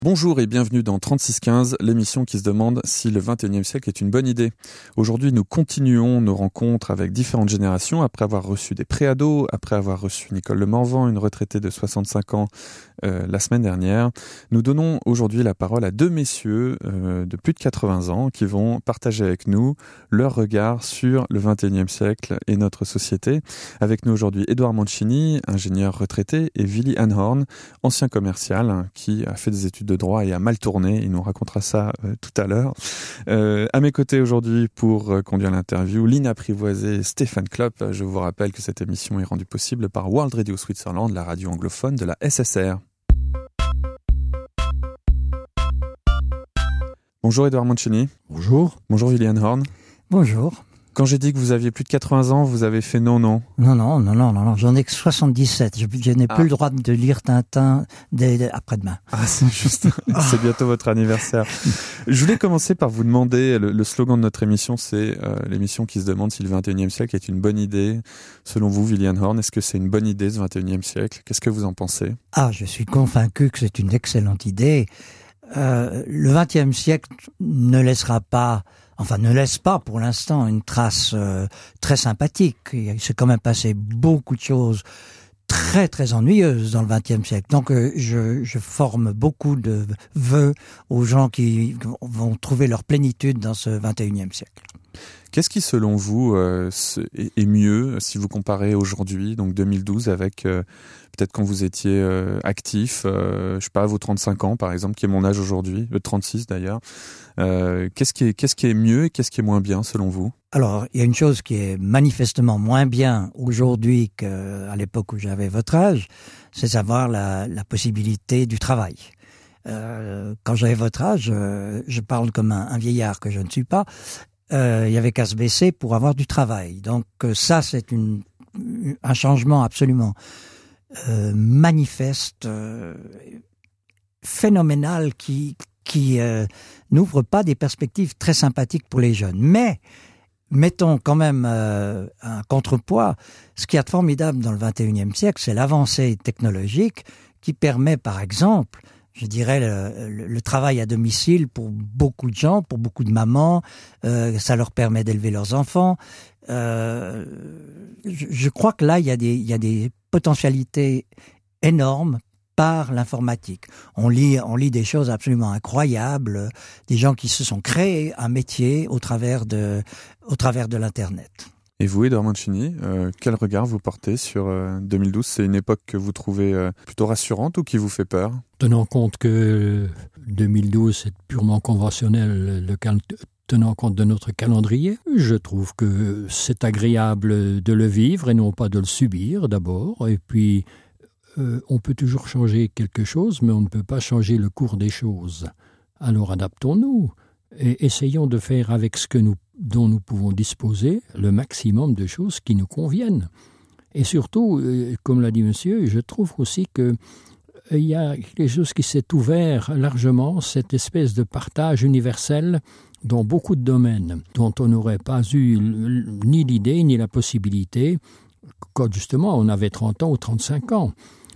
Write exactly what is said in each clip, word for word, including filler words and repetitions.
Bonjour et bienvenue dans trente-six quinze, l'émission qui se demande si le vingt et unième siècle est une bonne idée. Aujourd'hui, nous continuons nos rencontres avec différentes générations après avoir reçu des préados, après avoir reçu Nicole Le Morvan, une retraitée de soixante-cinq ans euh, la semaine dernière. Nous donnons aujourd'hui la parole à deux messieurs euh, de plus de quatre-vingts ans qui vont partager avec nous leur regard sur le vingt et unième siècle et notre société. Avec nous aujourd'hui, Édouard Mancini, ingénieur retraité, et Willy Anhorn, ancien commercial qui a fait des études de droit et a mal tourné. Il nous racontera ça euh, tout à l'heure. Euh, à mes côtés aujourd'hui pour euh, conduire l'interview, Lynn Apprivoisé et Stéphane Klopp. Je vous rappelle que cette émission est rendue possible par World Radio Switzerland, la radio anglophone de la S S R. Bonjour Édouard Mancini. Bonjour. Bonjour Willy Anhorn. Bonjour. Quand j'ai dit que vous aviez plus de quatre-vingts ans, vous avez fait non, non. Non, non, non, non, non, non. J'en ai que soixante-dix-sept. Je, je n'ai ah. plus le droit de lire Tintin dès, dès après-demain. Ah, c'est juste, c'est bientôt votre anniversaire. Je voulais commencer par vous demander, le, le slogan de notre émission, c'est euh, l'émission qui se demande si le vingt et unième siècle est une bonne idée. Selon vous, Willy Anhorn, est-ce que c'est une bonne idée ce vingt et unième siècle? Qu'est-ce que vous en pensez? Ah, je suis convaincu que c'est une excellente idée. Euh, le vingtième siècle ne laissera pas... Enfin, ne laisse pas pour l'instant une trace euh, très sympathique. Il s'est quand même passé beaucoup de choses très très ennuyeuses dans le vingtième siècle. Donc euh, je, je forme beaucoup de vœux aux gens qui vont trouver leur plénitude dans ce vingt et unième siècle. Qu'est-ce qui, selon vous, euh, est mieux si vous comparez aujourd'hui, donc deux mille douze, avec euh, peut-être quand vous étiez euh, actif, euh, je sais pas, à vos trente-cinq ans par exemple, qui est mon âge aujourd'hui, le trente-six d'ailleurs. Euh, qu'est-ce qui est, qu'est-ce qui est mieux et qu'est-ce qui est moins bien selon vous? Alors, il y a une chose qui est manifestement moins bien aujourd'hui qu'à l'époque où j'avais votre âge, c'est savoir la, la possibilité du travail. Euh, quand j'avais votre âge, euh, je parle comme un, un vieillard que je ne suis pas, euh, il y avait qu'à se baisser pour avoir du travail. Donc euh, ça, c'est une, un changement absolument euh, manifeste, euh, phénoménal, qui, qui euh, n'ouvre pas des perspectives très sympathiques pour les jeunes. Mais mettons quand même euh, un contrepoids. Ce qu'il y a de formidable dans le vingt et unième siècle, c'est l'avancée technologique qui permet, par exemple, je dirais, le, le, le travail à domicile pour beaucoup de gens, pour beaucoup de mamans. Euh, ça leur permet d'élever leurs enfants. Euh, je, je crois que là, il y a des, il y a des potentialités énormes par l'informatique. On lit, on lit des choses absolument incroyables, des gens qui se sont créés un métier au travers de, au travers de l'Internet. Et vous, Édouard Mancini, euh, quel regard vous portez sur euh, deux mille douze? C'est une époque que vous trouvez euh, plutôt rassurante ou qui vous fait peur? Tenant compte que deux mille douze est purement conventionnel, le cal- tenant compte de notre calendrier, je trouve que c'est agréable de le vivre et non pas de le subir d'abord. Et puis, euh, on peut toujours changer quelque chose, mais on ne peut pas changer le cours des choses. Alors adaptons-nous et essayons de faire avec ce que nous dont nous pouvons disposer le maximum de choses qui nous conviennent. Et surtout, euh, comme l'a dit monsieur, je trouve aussi que euh, il y a quelque chose qui s'est ouvert largement, cette espèce de partage universel dans beaucoup de domaines, dont on n'aurait pas eu ni l'idée ni la possibilité quand justement on avait trente ans ou trente-cinq ans.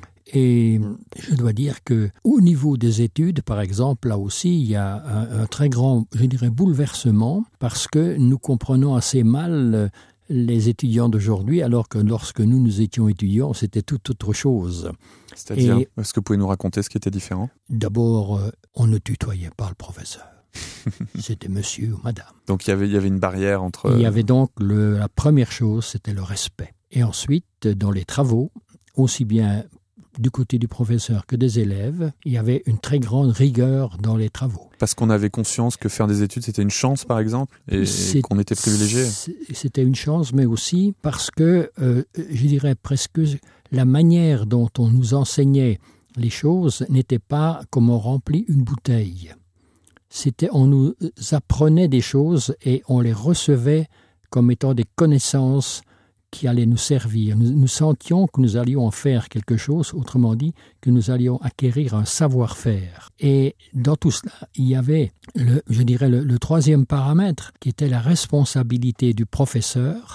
Et je dois dire qu'au niveau des études, par exemple, là aussi, il y a un, un très grand, je dirais, bouleversement parce que nous comprenons assez mal les étudiants d'aujourd'hui, alors que lorsque nous, nous étions étudiants, c'était tout autre chose. C'est-à-dire, Et, est-ce que vous pouvez nous raconter ce qui était différent? D'abord, on ne tutoyait pas le professeur. C'était monsieur ou madame. Donc il y avait, il y avait une barrière entre... Il y avait donc, le, la première chose, c'était le respect. Et ensuite, dans les travaux, aussi bien du côté du professeur que des élèves, il y avait une très grande rigueur dans les travaux. Parce qu'on avait conscience que faire des études, c'était une chance, par exemple, et, et qu'on était privilégié. C'était une chance, mais aussi parce que, euh, je dirais presque, la manière dont on nous enseignait les choses n'était pas comme on remplit une bouteille. C'était, on nous apprenait des choses et on les recevait comme étant des connaissances qui allaient nous servir. Nous, nous sentions que nous allions en faire quelque chose, autrement dit, que nous allions acquérir un savoir-faire. Et dans tout cela, il y avait, le, je dirais, le, le troisième paramètre, qui était la responsabilité du professeur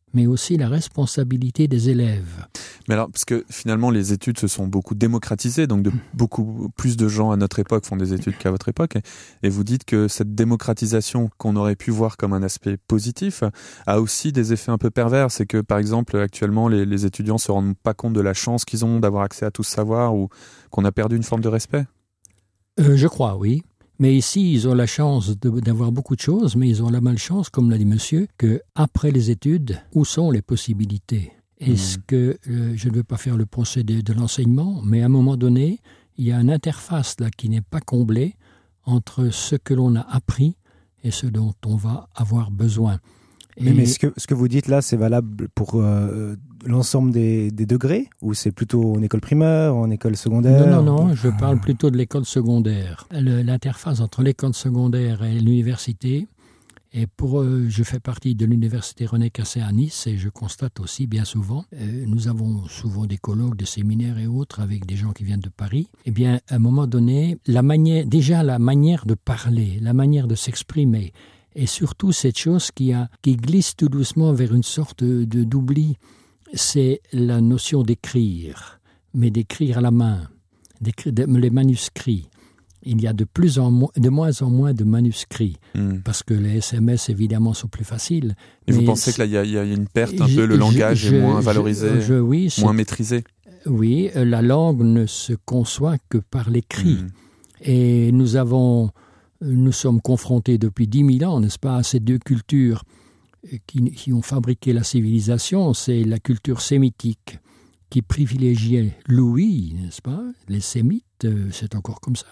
mais aussi la responsabilité des élèves. Mais alors, parce que finalement, les études se sont beaucoup démocratisées, donc de, beaucoup plus de gens à notre époque font des études qu'à votre époque, et, et vous dites que cette démocratisation qu'on aurait pu voir comme un aspect positif a aussi des effets un peu pervers. C'est que, par exemple, actuellement, les, les étudiants se rendent pas compte de la chance qu'ils ont d'avoir accès à tout ce savoir, ou qu'on a perdu une forme de respect. Euh, je crois, oui. Mais ici, ils ont la chance de, d'avoir beaucoup de choses, mais ils ont la malchance, comme l'a dit monsieur, qu'après les études, où sont les possibilités ? Est-ce mmh. que, euh, je ne veux pas faire le procès de, de l'enseignement, mais à un moment donné, il y a une interface là qui n'est pas comblée entre ce que l'on a appris et ce dont on va avoir besoin. Et mais mais ce, que, ce que vous dites là, c'est valable pour euh, l'ensemble des, des degrés, ou c'est plutôt en école primaire, en école secondaire? Non, non, non, je parle plutôt de l'école secondaire. Le, l'interface entre l'école secondaire et l'université, et pour euh, je fais partie de l'université René Cassin à Nice, et je constate aussi bien souvent, euh, nous avons souvent des colloques, des séminaires et autres avec des gens qui viennent de Paris. Eh bien, à un moment donné, la manière, déjà la manière de parler, la manière de s'exprimer, et surtout cette chose qui, a, qui glisse tout doucement vers une sorte de, d'oubli, c'est la notion d'écrire, mais d'écrire à la main, d'écrire de, les manuscrits. Il y a de, plus en mo- de moins en moins de manuscrits, mmh. parce que les S M S, évidemment, sont plus faciles. Et vous pensez que là, il y, y a une perte un je, peu, le langage je, est moins valorisé, je, je, oui, moins maîtrisé? Oui, la langue ne se conçoit que par l'écrit. Mmh. Et nous avons... Nous sommes confrontés depuis dix mille ans, n'est-ce pas, à ces deux cultures qui, qui ont fabriqué la civilisation. C'est la culture sémitique qui privilégiait l'ouïe, n'est-ce pas? Les sémites, c'est encore comme ça.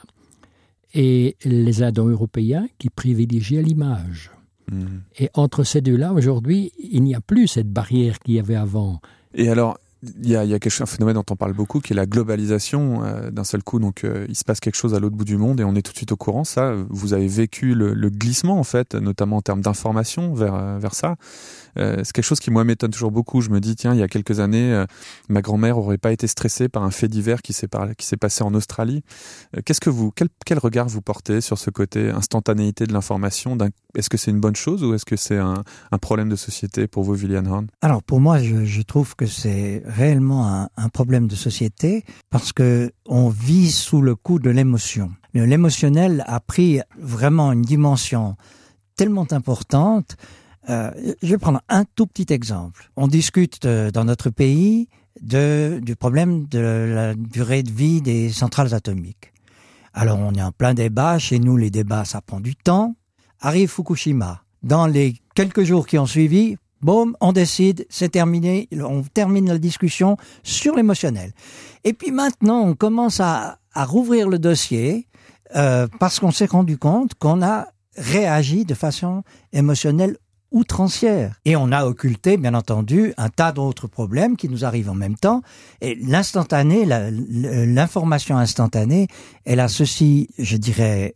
Et les indo-européens qui privilégiaient l'image. Mmh. Et entre ces deux-là, aujourd'hui, il n'y a plus cette barrière qu'il y avait avant. Et alors... Il y a, il y a quelque, un phénomène dont on parle beaucoup qui est la globalisation euh, d'un seul coup. Donc, euh, il se passe quelque chose à l'autre bout du monde et on est tout de suite au courant. Ça, vous avez vécu le, le glissement en fait, notamment en termes d'information vers euh, vers ça. Euh, c'est quelque chose qui moi m'étonne toujours beaucoup. Je me dis tiens, il y a quelques années, euh, ma grand-mère aurait pas été stressée par un fait divers qui s'est par, qui s'est passé en Australie. Euh, qu'est-ce que vous, quel, quel regard vous portez sur ce côté instantanéité de l'information? D'un, est-ce que c'est une bonne chose ou est-ce que c'est un, un problème de société pour vous, William Horn? Alors pour moi, je, je trouve que c'est réellement un, un problème de société parce que on vit sous le coup de l'émotion. L'émotionnel a pris vraiment une dimension tellement importante. Euh, je vais prendre un tout petit exemple. On discute euh, dans notre pays de, du problème de la durée de vie des centrales atomiques. Alors on est en plein débat. Chez nous, les débats, ça prend du temps. Arrive Fukushima. Dans les quelques jours qui ont suivi, boum, on décide, c'est terminé, on termine la discussion sur l'émotionnel. Et puis maintenant, on commence à, à rouvrir le dossier euh, parce qu'on s'est rendu compte qu'on a réagi de façon émotionnelle outrancière. Et on a occulté, bien entendu, un tas d'autres problèmes qui nous arrivent en même temps. Et l'instantané, la, l'information instantanée, elle a ceci, je dirais,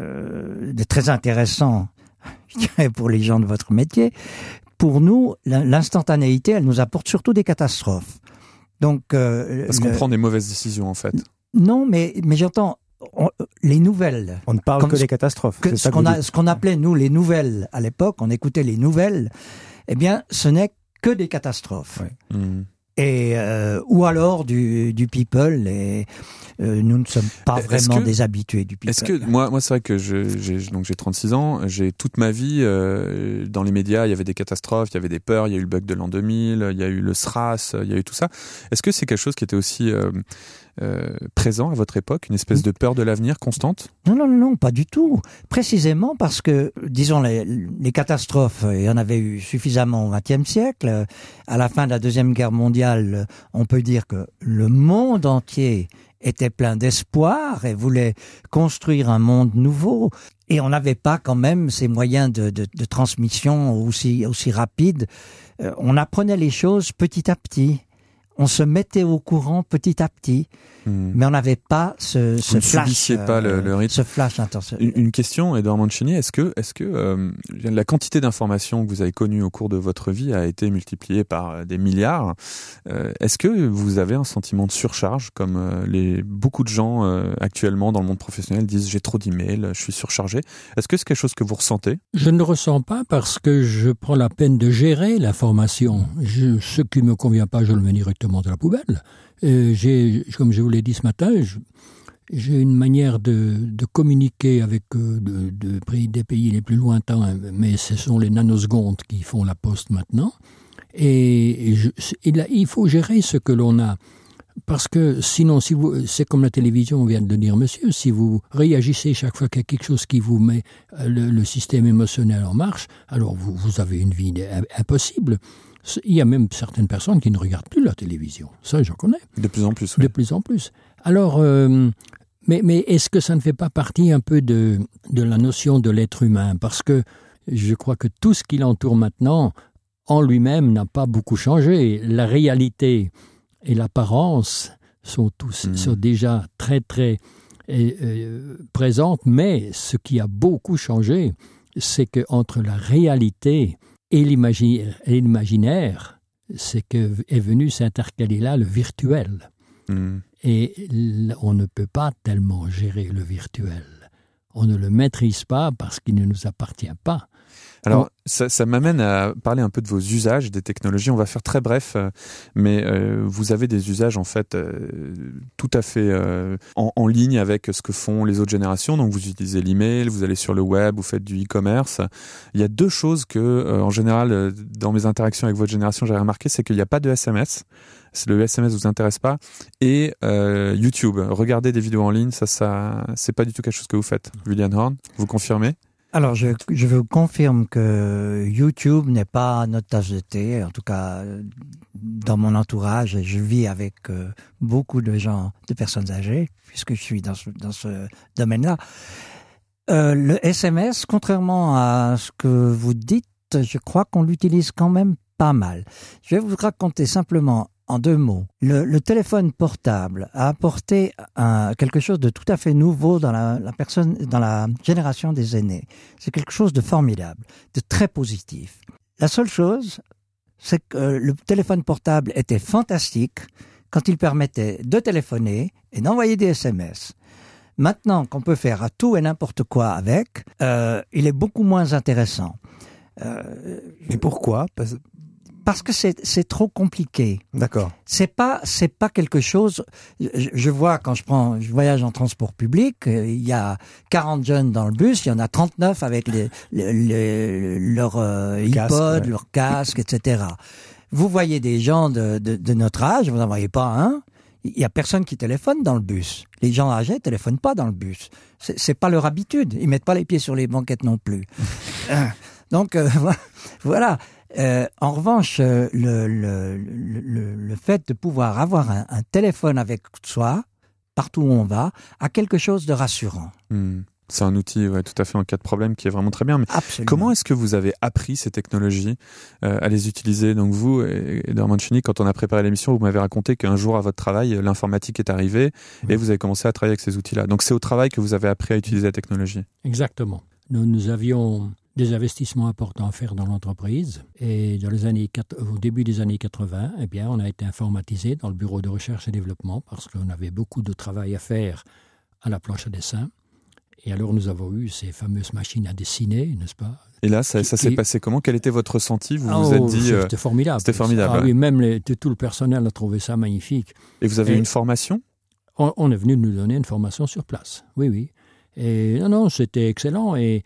euh, de très intéressant, je dirais, pour les gens de votre métier. Pour nous, l'instantanéité, elle nous apporte surtout des catastrophes. Donc, euh, Parce qu'on le... prend des mauvaises décisions, en fait. Non, mais, mais j'entends... On, les nouvelles. On ne parle que des catastrophes. Que, c'est ce, ça qu'on que a, ce qu'on appelait, nous, les nouvelles à l'époque, on écoutait les nouvelles, eh bien, ce n'est que des catastrophes. Ouais. Mmh. Et, euh, ou alors du, du people, et euh, nous ne sommes pas vraiment que, des habitués du people. Est-ce que, moi, moi c'est vrai que je, j'ai, donc j'ai trente-six ans, j'ai toute ma vie, euh, dans les médias, il y avait des catastrophes, il y avait des peurs, il y a eu le bug de l'an deux mille, il y a eu le SRAS, il y a eu tout ça. Est-ce que c'est quelque chose qui était aussi... Euh, Euh, présent à votre époque, une espèce de peur de l'avenir constante? Non, non, non, pas du tout. Précisément parce que, disons, les, les catastrophes, il y en avait eu suffisamment au vingtième siècle. À la fin de la Deuxième Guerre mondiale, on peut dire que le monde entier était plein d'espoir et voulait construire un monde nouveau. Et on n'avait pas quand même ces moyens de, de, de transmission aussi, aussi rapides. Euh, on apprenait les choses petit à petit. on se mettait au courant petit à petit, mmh. mais on n'avait pas ce, ce Vous flash. Ne subissiez pas le, le rythme. Ce flash intense. Une, une question, Edouard Mancini, est-ce que, est-ce que euh, la quantité d'informations que vous avez connues au cours de votre vie a été multipliée par des milliards? euh, Est-ce que vous avez un sentiment de surcharge, comme euh, les beaucoup de gens euh, actuellement dans le monde professionnel disent j'ai trop d'emails, je suis surchargé? Est-ce que c'est quelque chose que vous ressentez? Je ne le ressens pas parce que je prends la peine de gérer l'information. Je, ce qui me convient pas, je le mets directement à la poubelle. Et j'ai, comme je vous l'ai dit ce matin, je, j'ai une manière de, de communiquer avec euh, de, de, des pays les plus lointains, mais ce sont les nanosecondes qui font la poste maintenant. Et, et, je, et là, il faut gérer ce que l'on a. Parce que sinon, si vous, c'est comme la télévision, on vient de le dire, monsieur, si vous réagissez chaque fois qu'il y a quelque chose qui vous met le, le système émotionnel en marche, alors vous, vous avez une vie impossible. Il y a même certaines personnes qui ne regardent plus la télévision. Ça, j'en connais. De plus en plus, oui. De plus en plus. Alors, euh, mais, mais est-ce que ça ne fait pas partie un peu de, de la notion de l'être humain? Parce que je crois que tout ce qui l'entoure maintenant, en lui-même, n'a pas beaucoup changé. La réalité et l'apparence sont, tous, mmh. sont déjà très, très euh, euh, présentes. Mais ce qui a beaucoup changé, c'est qu'entre la réalité et l'imaginaire, c'est qu'est venu s'intercaler là le virtuel. Mmh. Et on ne peut pas tellement gérer le virtuel. On ne le maîtrise pas parce qu'il ne nous appartient pas. Alors, on... ça, ça m'amène à parler un peu de vos usages des technologies. On va faire très bref, mais euh, vous avez des usages en fait euh, tout à fait euh, en, en ligne avec ce que font les autres générations. Donc, vous utilisez l'email, vous allez sur le web, vous faites du e-commerce. Il y a deux choses que, euh, en général, dans mes interactions avec votre génération, j'avais remarqué, c'est qu'il n'y a pas de S M S. Le S M S vous intéresse pas. Et euh, YouTube, regarder des vidéos en ligne, ça, ça, c'est pas du tout quelque chose que vous faites. Julian Horn, vous confirmez? Alors, je, je vous confirme que YouTube n'est pas notre tasse de thé. En tout cas, dans mon entourage, je vis avec euh, beaucoup de gens, de personnes âgées, puisque je suis dans ce, dans ce domaine-là. Euh, le S M S, contrairement à ce que vous dites, je crois qu'on l'utilise quand même pas mal. Je vais vous raconter simplement en deux mots. Le, le téléphone portable a apporté un, quelque chose de tout à fait nouveau dans la, la personne, dans la génération des aînés. C'est quelque chose de formidable, de très positif. La seule chose, c'est que le téléphone portable était fantastique quand il permettait de téléphoner et d'envoyer des S M S. Maintenant qu'on peut faire à tout et n'importe quoi avec, euh, il est beaucoup moins intéressant. Euh, Mais pourquoi ? Parce... Parce que c'est, c'est trop compliqué. D'accord. C'est pas, c'est pas quelque chose. Je, je vois quand je prends, je voyage en transport public, il y a quarante jeunes dans le bus, il y en a trente-neuf avec les, les, les leur euh, iPod, ouais. leur casque, et cetera. Vous voyez des gens de, de, de notre âge, vous n'en voyez pas un. Il y a personne qui téléphone dans le bus. Les gens âgés téléphonent pas dans le bus. C'est, c'est pas leur habitude. Ils mettent pas les pieds sur les banquettes non plus. Donc euh, voilà. Euh, en revanche, euh, le, le, le, le fait de pouvoir avoir un, un téléphone avec soi, partout où on va, a quelque chose de rassurant. Mmh. C'est un outil, ouais, tout à fait en cas de problème qui est vraiment très bien. Mais absolument. Comment est-ce que vous avez appris ces technologies euh, à les utiliser? Donc vous, Edouard Mancini, quand on a préparé l'émission, vous m'avez raconté qu'un jour à votre travail, l'informatique est arrivée mmh. et vous avez commencé à travailler avec ces outils-là. Donc c'est au travail que vous avez appris à utiliser la technologie. Exactement. Nous, nous avions des investissements importants à faire dans l'entreprise. Et dans les années, au début des années quatre-vingts, eh bien, on a été informatisé dans le bureau de recherche et développement parce qu'on avait beaucoup de travail à faire à la planche à dessin. Et alors, nous avons eu ces fameuses machines à dessiner, n'est-ce pas? Et là, ça, ça s'est et... passé comment? Quel était votre ressenti? Vous oh, vous êtes dit... C'était euh... formidable. C'était formidable. Ah ouais. oui, même les, tout le personnel a trouvé ça magnifique. Et vous avez et une formation? on, on est venu nous donner une formation sur place. Oui, oui. Et non, non, c'était excellent. Et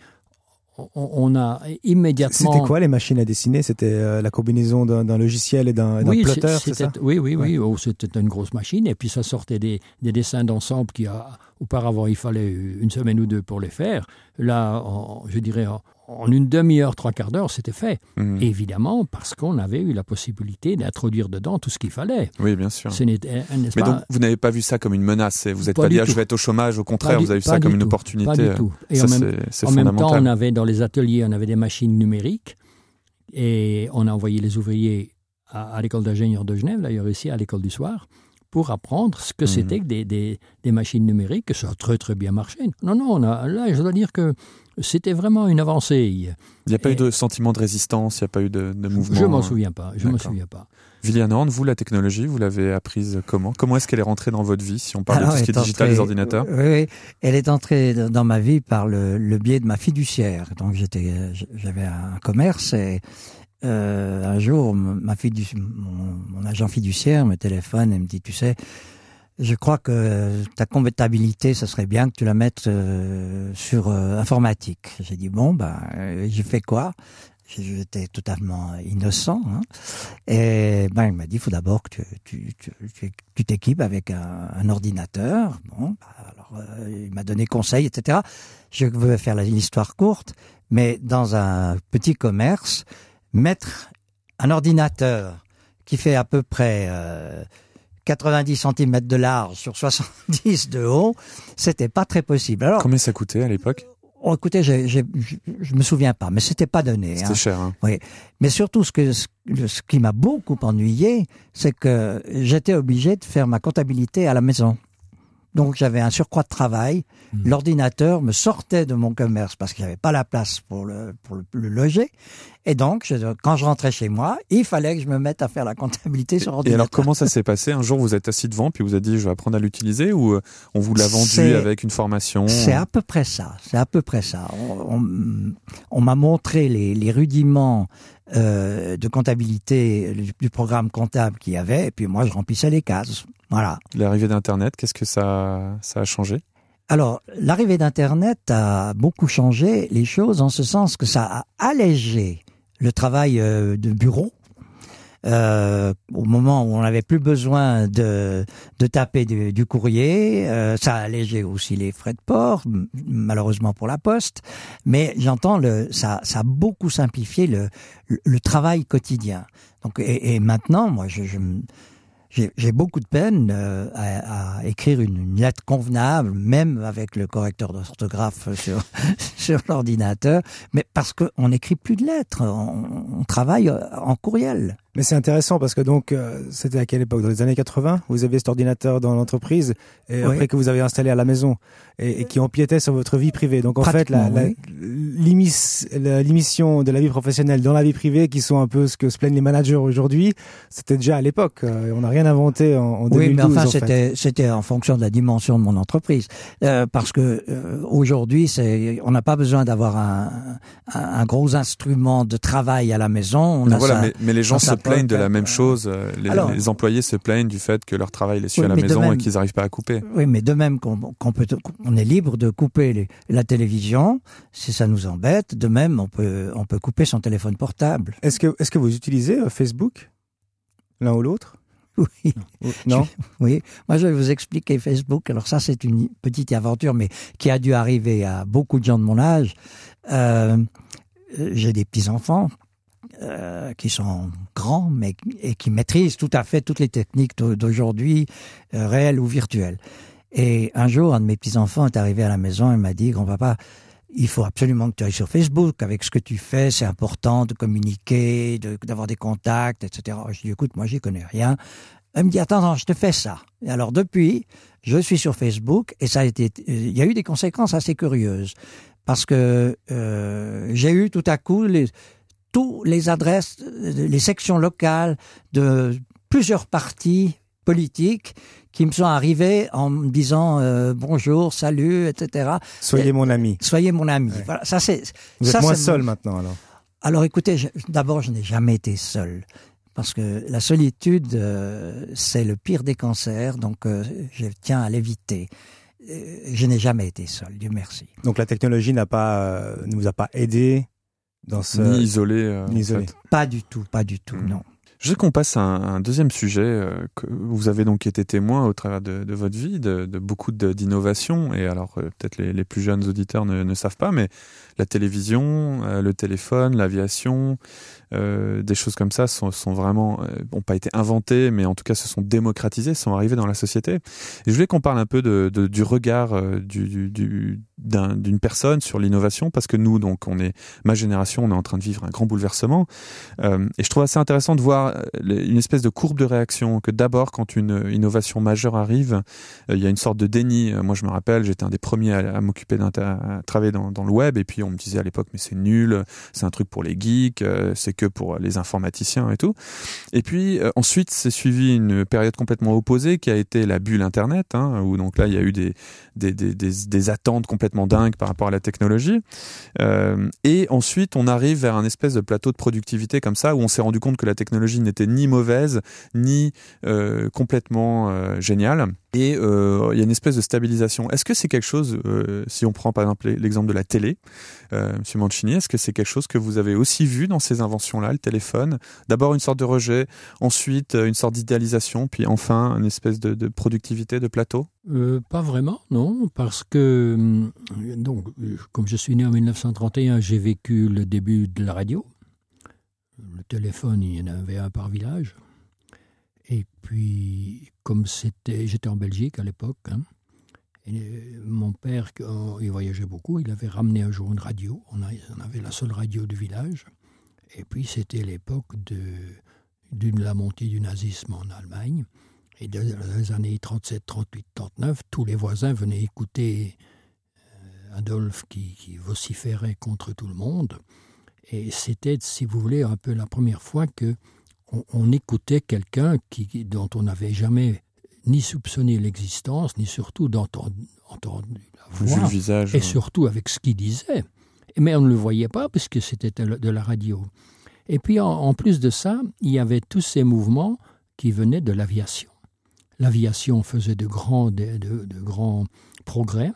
on a immédiatement... C'était quoi les machines à dessiner? C'était euh, la combinaison d'un, d'un logiciel et d'un, oui, d'un plotter, c'est, c'est ça? Oui, oui, oui. Ouais. Oh, c'était une grosse machine. Et puis ça sortait des, des dessins d'ensemble qui, a, auparavant, il fallait une semaine ou deux pour les faire. Là, en, je dirais, en, en une demi-heure, trois quarts d'heure, c'était fait. Mmh. Évidemment, parce qu'on avait eu la possibilité d'introduire dedans tout ce qu'il fallait. Oui, bien sûr. Ce n'était, n'est-ce Mais pas... donc, vous n'avez pas vu ça comme une menace? Vous n'êtes pas, pas dit, ah, tout. je vais être au chômage. Au contraire, pas vous avez vu du, ça comme une tout. opportunité. Pas du tout. Et ça, en même, c'est, c'est en même temps, on avait dans les ateliers, on avait des machines numériques et on a envoyé les ouvriers à, à l'école d'ingénieurs de Genève, d'ailleurs ici à l'école du soir, pour apprendre ce que mmh. c'était que des, des, des machines numériques, que ça a très très bien marché. Non, non, on a, là je dois dire que c'était vraiment une avancée. Il n'y a pas Et... eu de sentiment de résistance, il n'y a pas eu de, de mouvement. Je ne m'en souviens pas, je m'en souviens pas. William Horn, vous, la technologie, vous l'avez apprise comment ? Comment est-ce qu'elle est rentrée dans votre vie, si on parle Alors, de tout ce qui est digital, entrée, les ordinateurs ? Oui, oui, elle est entrée dans ma vie par le, le biais de ma fiduciaire. Donc j'étais, j'avais un commerce et euh, un jour, ma fiduci- mon, mon agent fiduciaire me téléphone et me dit, tu sais, je crois que ta comptabilité, ce serait bien que tu la mettes euh, sur euh, informatique. J'ai dit, bon, ben, euh, j'ai fait quoi ? J'étais totalement innocent. Hein. Et ben, il m'a dit, il faut d'abord que tu, tu, tu, tu, tu t'équipes avec un, un ordinateur. Bon, alors, euh, il m'a donné conseil, et cetera. Je veux faire l'histoire courte, mais dans un petit commerce, mettre un ordinateur qui fait à peu près euh, quatre-vingt-dix centimètres de large sur soixante-dix de haut, c'était pas très possible. Alors, combien ça coûtait à l'époque ? Oh, écoutez, j'ai, j'ai, je, je me souviens pas, mais c'était pas donné. C'était hein. cher. Hein. Oui, mais surtout ce que ce, ce qui m'a beaucoup ennuyé, c'est que j'étais obligé de faire ma comptabilité à la maison. Donc j'avais un surcroît de travail. Mmh. L'ordinateur me sortait de mon commerce parce que j'avais pas la place pour le pour le, le loger. Et donc je, quand je rentrais chez moi, il fallait que je me mette à faire la comptabilité sur ordinateur. Et alors comment ça s'est passé ? Un jour vous êtes assis devant puis vous avez dit je vais apprendre à l'utiliser ou on vous l'a vendu c'est, avec une formation ? C'est à peu près ça. C'est à peu près ça. On, on, on m'a montré les, les rudiments euh, de comptabilité du, du programme comptable qu'il y avait et puis moi je remplissais les cases. Voilà. L'arrivée d'Internet, qu'est-ce que ça, ça a changé ? Alors, l'arrivée d'Internet a beaucoup changé les choses en ce sens que ça a allégé le travail euh, de bureau. Euh, au moment où on n'avait plus besoin de, de taper du, du courrier, euh, ça a allégé aussi les frais de port, malheureusement pour la Poste. Mais j'entends le, ça, ça a beaucoup simplifié le, le, le travail quotidien. Donc, et, et maintenant, moi, je, je J'ai, j'ai beaucoup de peine euh, à, à écrire une, une lettre convenable, même avec le correcteur d'orthographe sur sur l'ordinateur, mais parce qu'on n'écrit plus de lettres, on, on travaille en courriel. Mais c'est intéressant parce que donc euh, c'était à quelle époque ? Dans les années quatre-vingts, vous aviez cet ordinateur dans l'entreprise et oui. après que vous avez installé à la maison et, et qui empiétait sur votre vie privée. Donc en fait, la, la, oui. l'immis, la, l'émission de la vie professionnelle dans la vie privée, qui sont un peu ce que se plaignent les managers aujourd'hui, c'était déjà à l'époque. Euh, on n'a rien inventé en, en deux mille douze. Oui, mais enfin en c'était fait. c'était en fonction de la dimension de mon entreprise, euh, parce que euh, aujourd'hui, c'est on n'a pas besoin d'avoir un, un, un gros instrument de travail à la maison. On mais a voilà, ça, mais, mais les gens se plaignent de la même chose. Les, Alors, les employés se plaignent du fait que leur travail les suit oui, à la maison même, et qu'ils n'arrivent pas à couper. Oui, mais de même qu'on, qu'on peut, on est libre de couper les, la télévision si ça nous embête. De même, on peut, on peut couper son téléphone portable. Est-ce que, est-ce que vous utilisez euh, Facebook, l'un ou l'autre ? Oui. Non. Je, oui. Moi, je vais vous expliquer Facebook. Alors ça, c'est une petite aventure, mais qui a dû arriver à beaucoup de gens de mon âge. Euh, j'ai des petits-enfants. Euh, qui sont grands, mais et qui maîtrisent tout à fait toutes les techniques d'aujourd'hui, euh, réelles ou virtuelles. Et un jour, un de mes petits-enfants est arrivé à la maison et m'a dit, grand-papa, il faut absolument que tu ailles sur Facebook. Avec ce que tu fais, c'est important de communiquer, de, d'avoir des contacts, et cetera. Je dis, écoute, moi, j'y connais rien. Elle me dit, attends, attends, je te fais ça. Et alors, depuis, je suis sur Facebook et ça a été, il y a eu des conséquences assez curieuses. Parce que euh, j'ai eu tout à coup les tous les adresses, les sections locales de plusieurs partis politiques qui me sont arrivés en me disant euh, bonjour, salut, et cetera. Soyez et, mon ami. Soyez mon ami. Ouais. Voilà, ça c'est. Vous ça, êtes moins c'est seul mon... maintenant alors. Alors écoutez, je, d'abord je n'ai jamais été seul. Parce que la solitude, euh, c'est le pire des cancers, donc euh, je tiens à l'éviter. Euh, je n'ai jamais été seul, Dieu merci. Donc la technologie n'a pas, euh, ne vous a pas aidé dans ce... Ni isolé. Euh, Ni isolé. En fait. Pas du tout, pas du tout, mmh. non. Je veux qu'on passe à un, un deuxième sujet euh, que vous avez donc été témoin au travers de, de votre vie, de, de beaucoup de, d'innovations. Et alors euh, peut-être les, les plus jeunes auditeurs ne, ne savent pas, mais la télévision, euh, le téléphone, l'aviation, euh, des choses comme ça sont, sont vraiment, euh, n'ont pas été inventées, mais en tout cas se sont démocratisées, sont arrivées dans la société. Et je voulais qu'on parle un peu de, de, du regard euh, du, du, du, d'un, d'une personne sur l'innovation, parce que nous, donc, on est, ma génération, on est en train de vivre un grand bouleversement. Euh, et je trouve assez intéressant de voir une espèce de courbe de réaction, que d'abord, quand une innovation majeure arrive, euh, il y a une sorte de déni. Moi, je me rappelle, j'étais un des premiers à, à m'occuper d'un, à travailler dans, dans le web, et puis on me disait à l'époque, mais c'est nul, c'est un truc pour les geeks, euh, c'est que pour les informaticiens et tout. Et puis, euh, ensuite, c'est suivi une période complètement opposée, qui a été la bulle Internet, hein, où donc là, il y a eu des, des, des, des, des attentes complètement dingues par rapport à la technologie. Euh, et ensuite, on arrive vers un espèce de plateau de productivité comme ça, où on s'est rendu compte que la technologie n'était ni mauvaise, ni euh, complètement euh, géniale. Et euh, il y a une espèce de stabilisation. Est-ce que c'est quelque chose, euh, si on prend par exemple l'exemple de la télé, euh, Monsieur Mancini, est-ce que c'est quelque chose que vous avez aussi vu dans ces inventions-là, le téléphone? D'abord une sorte de rejet, ensuite une sorte d'idéalisation, puis enfin une espèce de, de productivité, de plateau? euh, Pas vraiment, non, parce que, donc, comme je suis né en dix-neuf cent trente et un, j'ai vécu le début de la radio. Le téléphone, il y en avait un par village. Et puis, comme c'était, j'étais en Belgique à l'époque, hein, et mon père, il voyageait beaucoup, il avait ramené un jour une radio, on, a, on avait la seule radio du village, et puis c'était l'époque de, de la montée du nazisme en Allemagne, et dans les années trente-sept, trente-huit, trente-neuf, tous les voisins venaient écouter euh, Adolphe qui, qui vociférait contre tout le monde, et c'était, si vous voulez, un peu la première fois que On, on écoutait quelqu'un qui, dont on n'avait jamais ni soupçonné l'existence, ni surtout d'entendre entendu la voix, le visage, et ouais. surtout avec ce qu'il disait. Mais on ne le voyait pas parce que c'était de la radio. Et puis en, en plus de ça, il y avait tous ces mouvements qui venaient de l'aviation. L'aviation faisait de grands, de, de, de grands progrès,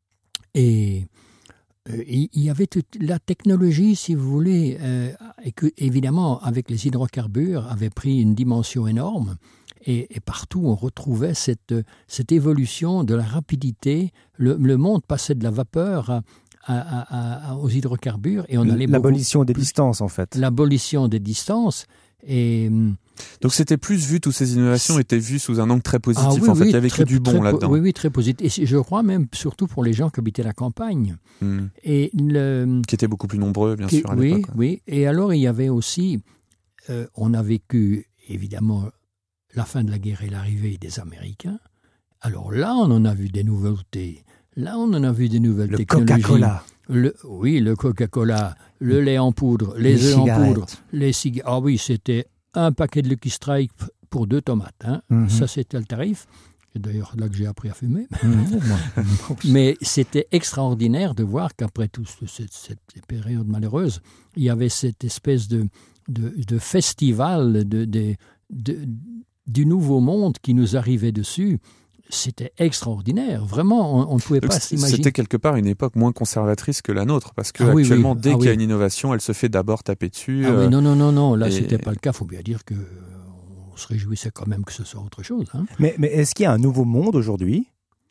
et Euh, il y avait toute la technologie, si vous voulez, euh, et que, évidemment, avec les hydrocarbures, avait pris une dimension énorme. Et, et partout, on retrouvait cette, cette évolution de la rapidité. Le, le monde passait de la vapeur à, à, à, à, aux hydrocarbures. Et on allait L'abolition beaucoup, des distances, en fait. L'abolition des distances. Et donc c'était plus vu, toutes ces innovations étaient vues sous un angle très positif. Ah oui, en fait, oui, il y avait très, que du bon très, là-dedans. Oui, oui, très positif. Et je crois même surtout pour les gens qui habitaient la campagne. Mmh. Et le, qui étaient beaucoup plus nombreux, bien qui, sûr, à oui, l'époque. Oui, et alors il y avait aussi, euh, on a vécu évidemment la fin de la guerre et l'arrivée des Américains. Alors là, on en a vu des nouveautés. Là, on en a vu des nouvelles le technologies. Coca-Cola. Le, oui, le Coca-Cola, le lait en poudre, les, les œufs en poudre, les cigarettes. Ah oui, c'était un paquet de Lucky Strike pour deux tomates. Hein. Mm-hmm. Ça, c'était le tarif. C'est d'ailleurs là que j'ai appris à fumer. Mm-hmm. Mais c'était extraordinaire de voir qu'après toute cette, cette période malheureuse, il y avait cette espèce de, de, de festival de, de, de, du nouveau monde qui nous arrivait dessus. C'était extraordinaire. Vraiment, on ne pouvait Donc pas s'imaginer. C'était quelque part une époque moins conservatrice que la nôtre, parce que ah, actuellement, oui, oui. dès ah, qu'il y a oui. une innovation, elle se fait d'abord taper dessus. Ah, euh, oui, non, non, non, non. Là, et... c'était pas le cas. Il faut bien dire que on se réjouissait quand même que ce soit autre chose. Hein. Mais, mais est-ce qu'il y a un nouveau monde aujourd'hui ?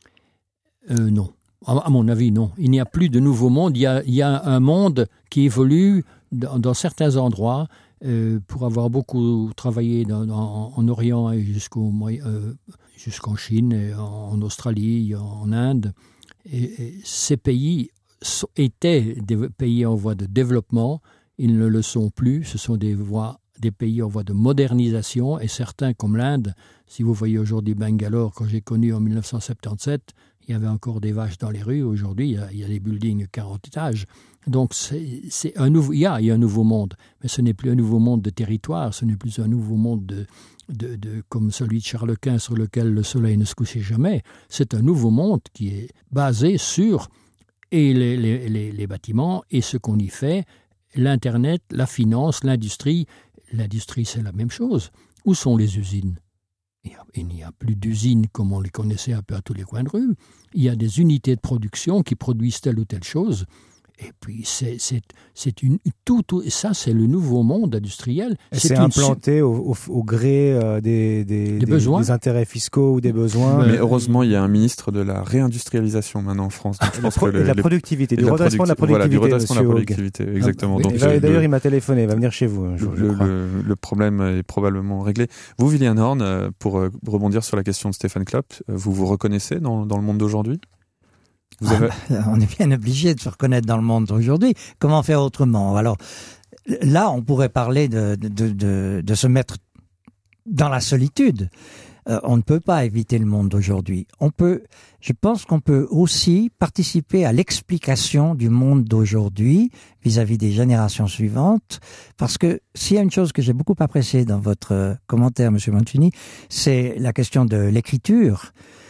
euh, Non. À, à mon avis, non. Il n'y a plus de nouveau monde. Il y a, il y a un monde qui évolue dans, dans certains endroits. Euh, pour avoir beaucoup travaillé dans, dans, en Orient et jusqu'au euh, jusqu'en Chine, et en Australie, en Inde, et, et ces pays so, étaient des pays en voie de développement. Ils ne le sont plus. Ce sont des, voies, des pays en voie de modernisation. Et certains, comme l'Inde, si vous voyez aujourd'hui Bangalore, quand j'ai connu en dix-neuf cent soixante-dix-sept, il y avait encore des vaches dans les rues. Aujourd'hui, il y a, il y a des buildings quarante étages. Donc, c'est, c'est un nouveau, il y a, il y a un nouveau monde. Mais ce n'est plus un nouveau monde de territoire. Ce n'est plus un nouveau monde de, de, de, comme celui de Charles Quint sur lequel le soleil ne se couchait jamais. C'est un nouveau monde qui est basé sur et les, les, les, les bâtiments et ce qu'on y fait, l'Internet, la finance, l'industrie. L'industrie, c'est la même chose. Où sont les usines ? Il n'y a plus d'usines comme on les connaissait un peu à tous les coins de rue. Il y a des unités de production qui produisent telle ou telle chose. Et puis, c'est, c'est, c'est une, tout, tout, ça, c'est le nouveau monde industriel. C'est, c'est implanté su- au, au, au gré euh, des, des, des, besoins. des intérêts fiscaux ou des besoins. Mais heureusement, il y a un ministre de la réindustrialisation maintenant en France. Donc je pense pro- que et de la productivité, du redressement de la productivité. Voilà, du redressement de la productivité, exactement. Ah, oui. Donc, va, d'ailleurs, le, il m'a téléphoné, il va venir chez vous un jour, le, je crois. Le, le problème est probablement réglé. Vous, William Horn, pour rebondir sur la question de Stéphane Klopp, vous vous reconnaissez dans, dans le monde d'aujourd'hui ? Vous avez... ah, on est bien obligé de se reconnaître dans le monde aujourd'hui. Comment faire autrement? Alors là, on pourrait parler de, de, de, de, de se mettre dans la solitude. Euh, on ne peut pas éviter le monde d'aujourd'hui. On peut, je pense qu'on peut aussi participer à l'explication du monde d'aujourd'hui vis-à-vis des générations suivantes, parce que s'il y a une chose que j'ai beaucoup appréciée dans votre commentaire, Monsieur Mancini, c'est la question de l'écriture,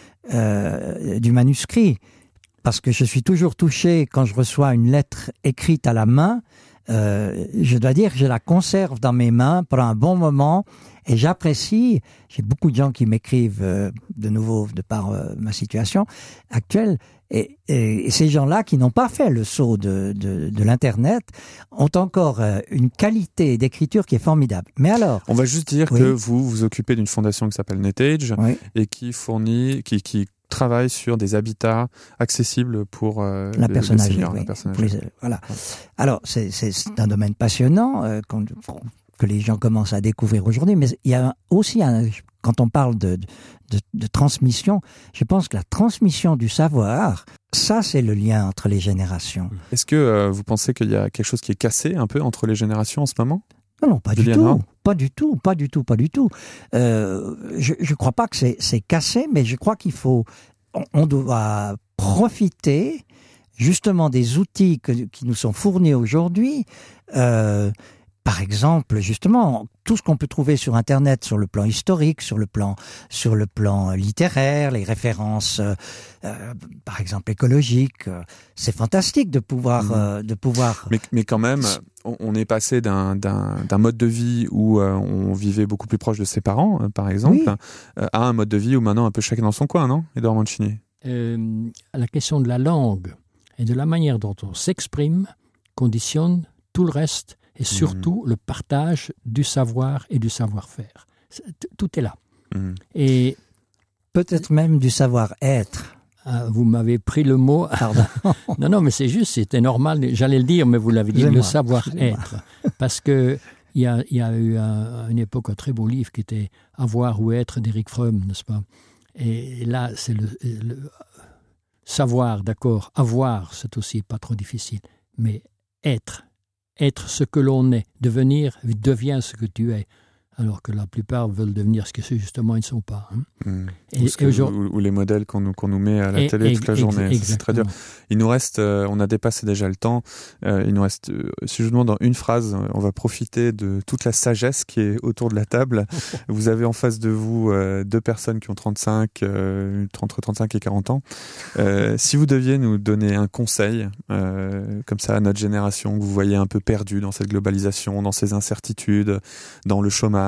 euh, du manuscrit, parce que je suis toujours touché quand je reçois une lettre écrite à la main. Euh, je dois dire que je la conserve dans mes mains pendant un bon moment et j'apprécie. J'ai beaucoup de gens qui m'écrivent euh, de nouveau de par euh, ma situation actuelle et, et, et ces gens-là qui n'ont pas fait le saut de, de, de l'internet ont encore euh, une qualité d'écriture qui est formidable. Mais alors, on va juste dire oui. que vous vous occupez d'une fondation qui s'appelle NetAge, oui. et qui fournit, qui, qui travaille sur des habitats accessibles pour euh, la les, personne les âgée. seniors, Oui. la personne âgée. Les, voilà. Alors c'est, c'est, c'est un domaine passionnant euh, qu'on, que les gens commencent à découvrir aujourd'hui, mais il y a aussi un, quand on parle de, de, de transmission, je pense que la transmission du savoir, ça c'est le lien entre les générations. Est-ce que euh, vous pensez qu'il y a quelque chose qui est cassé un peu entre les générations en ce moment ? Non, non, pas du tout, pas du tout, pas du tout, pas du tout. Euh, je je crois pas que c'est c'est cassé, mais je crois qu'il faut, on, on doit profiter justement des outils que, qui nous sont fournis aujourd'hui. Euh, par exemple, justement, tout ce qu'on peut trouver sur Internet, sur le plan historique, sur le plan, sur le plan littéraire, les références, euh, euh, par exemple écologiques, euh, c'est fantastique de pouvoir, mmh. euh, de pouvoir. Mais, mais quand même, on est passé d'un, d'un, d'un mode de vie où euh, on vivait beaucoup plus proche de ses parents, euh, par exemple, oui. euh, à un mode de vie où maintenant un peu chacun dans son coin, non, Édouard Mancini ? euh, La question de la langue et de la manière dont on s'exprime conditionne tout le reste. Et surtout, mmh. le partage du savoir et du savoir-faire. Tout est là. Mmh. Et peut-être même du savoir-être. Ah, vous m'avez pris le mot. Pardon. non, non, mais c'est juste, c'était normal. J'allais le dire, mais vous l'avez dit, Excusez-moi. le savoir-être. Parce que il y a, y a eu à une époque un très beau livre qui était « Avoir ou être » d'Éric Fromm, n'est-ce pas ? Et là, c'est le, le savoir, d'accord. Avoir, c'est aussi pas trop difficile. Mais être. Être ce que l'on est, devenir, devient ce que tu es, alors que la plupart veulent devenir ce que justement ils ne sont pas. Hein. Mmh. Et, ou, que, et ou, ou les modèles qu'on nous, qu'on nous met à la et, télé et, toute la journée, ex- c'est très dur. Il nous reste, euh, on a dépassé déjà le temps, euh, il nous reste, euh, si je vous demande en une phrase, on va profiter de toute la sagesse qui est autour de la table. Vous avez en face de vous euh, deux personnes qui ont trente-cinq, euh, entre trente-cinq et quarante ans. Euh, si vous deviez nous donner un conseil, euh, comme ça à notre génération, que vous voyez un peu perdu dans cette globalisation, dans ces incertitudes, dans le chômage,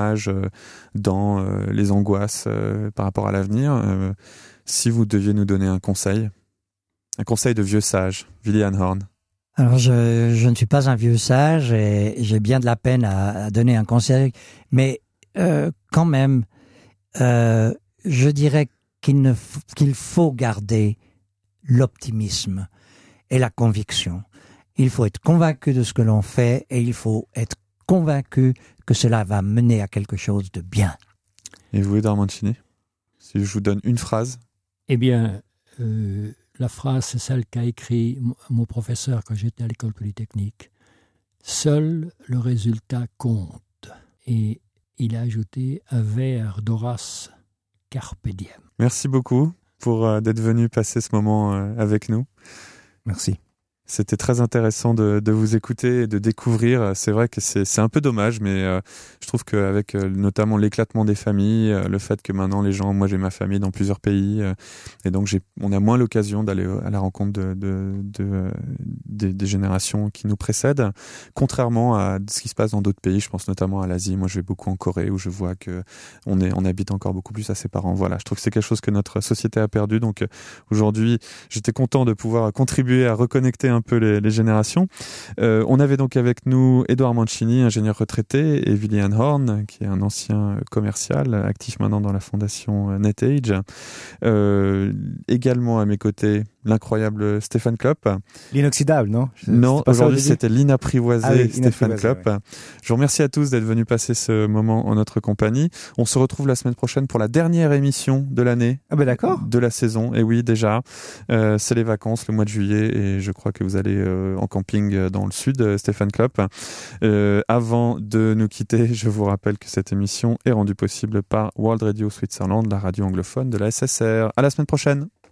dans euh, les angoisses euh, par rapport à l'avenir, euh, si vous deviez nous donner un conseil, un conseil de vieux sage, Willi Horn. Alors je, je ne suis pas un vieux sage et j'ai bien de la peine à, à donner un conseil, mais euh, quand même, euh, je dirais qu'il, ne f- qu'il faut garder l'optimisme et la conviction. Il faut être convaincu de ce que l'on fait et il faut être convaincu que cela va mener à quelque chose de bien. Et vous, Édouard Mancini, si je vous donne une phrase ? Eh bien, euh, la phrase, c'est celle qu'a écrit m- mon professeur quand j'étais à l'école polytechnique. « Seul le résultat compte. » Et il a ajouté un vers d'Horace, « Carpe diem ». Merci beaucoup pour euh, d'être venu passer ce moment euh, avec nous. Merci. C'était très intéressant de, de vous écouter et de découvrir. C'est vrai que c'est, c'est un peu dommage, mais euh, je trouve qu'avec euh, notamment l'éclatement des familles, euh, le fait que maintenant les gens, moi j'ai ma famille dans plusieurs pays, euh, et donc j'ai, on a moins l'occasion d'aller à la rencontre de, de, de, euh, des, des générations qui nous précèdent, contrairement à ce qui se passe dans d'autres pays. Je pense notamment à l'Asie. Moi je vais beaucoup en Corée où je vois que on est, on habite encore beaucoup plus à ses parents. Voilà, je trouve que c'est quelque chose que notre société a perdu. Donc euh, aujourd'hui, j'étais content de pouvoir contribuer à reconnecter un peu les, les générations. Euh, on avait donc avec nous Édouard Mancini, ingénieur retraité, et Willi Horn, qui est un ancien commercial, actif maintenant dans la fondation NetAge. Euh, également à mes côtés, l'incroyable Stéphane Klopp. L'inoxydable, non? Non, aujourd'hui c'était l'inapprivoisé ah oui, Stéphane Klopp. Ouais. Je vous remercie à tous d'être venus passer ce moment en notre compagnie. On se retrouve la semaine prochaine pour la dernière émission de l'année. Ah ben d'accord. De la saison. Et oui, déjà, euh, c'est les vacances, le mois de juillet, et je crois que vous allez euh, en camping dans le sud, euh, Stéphane Klopp. Euh, avant de nous quitter, je vous rappelle que cette émission est rendue possible par World Radio Switzerland, la radio anglophone de la S S R. À la semaine prochaine.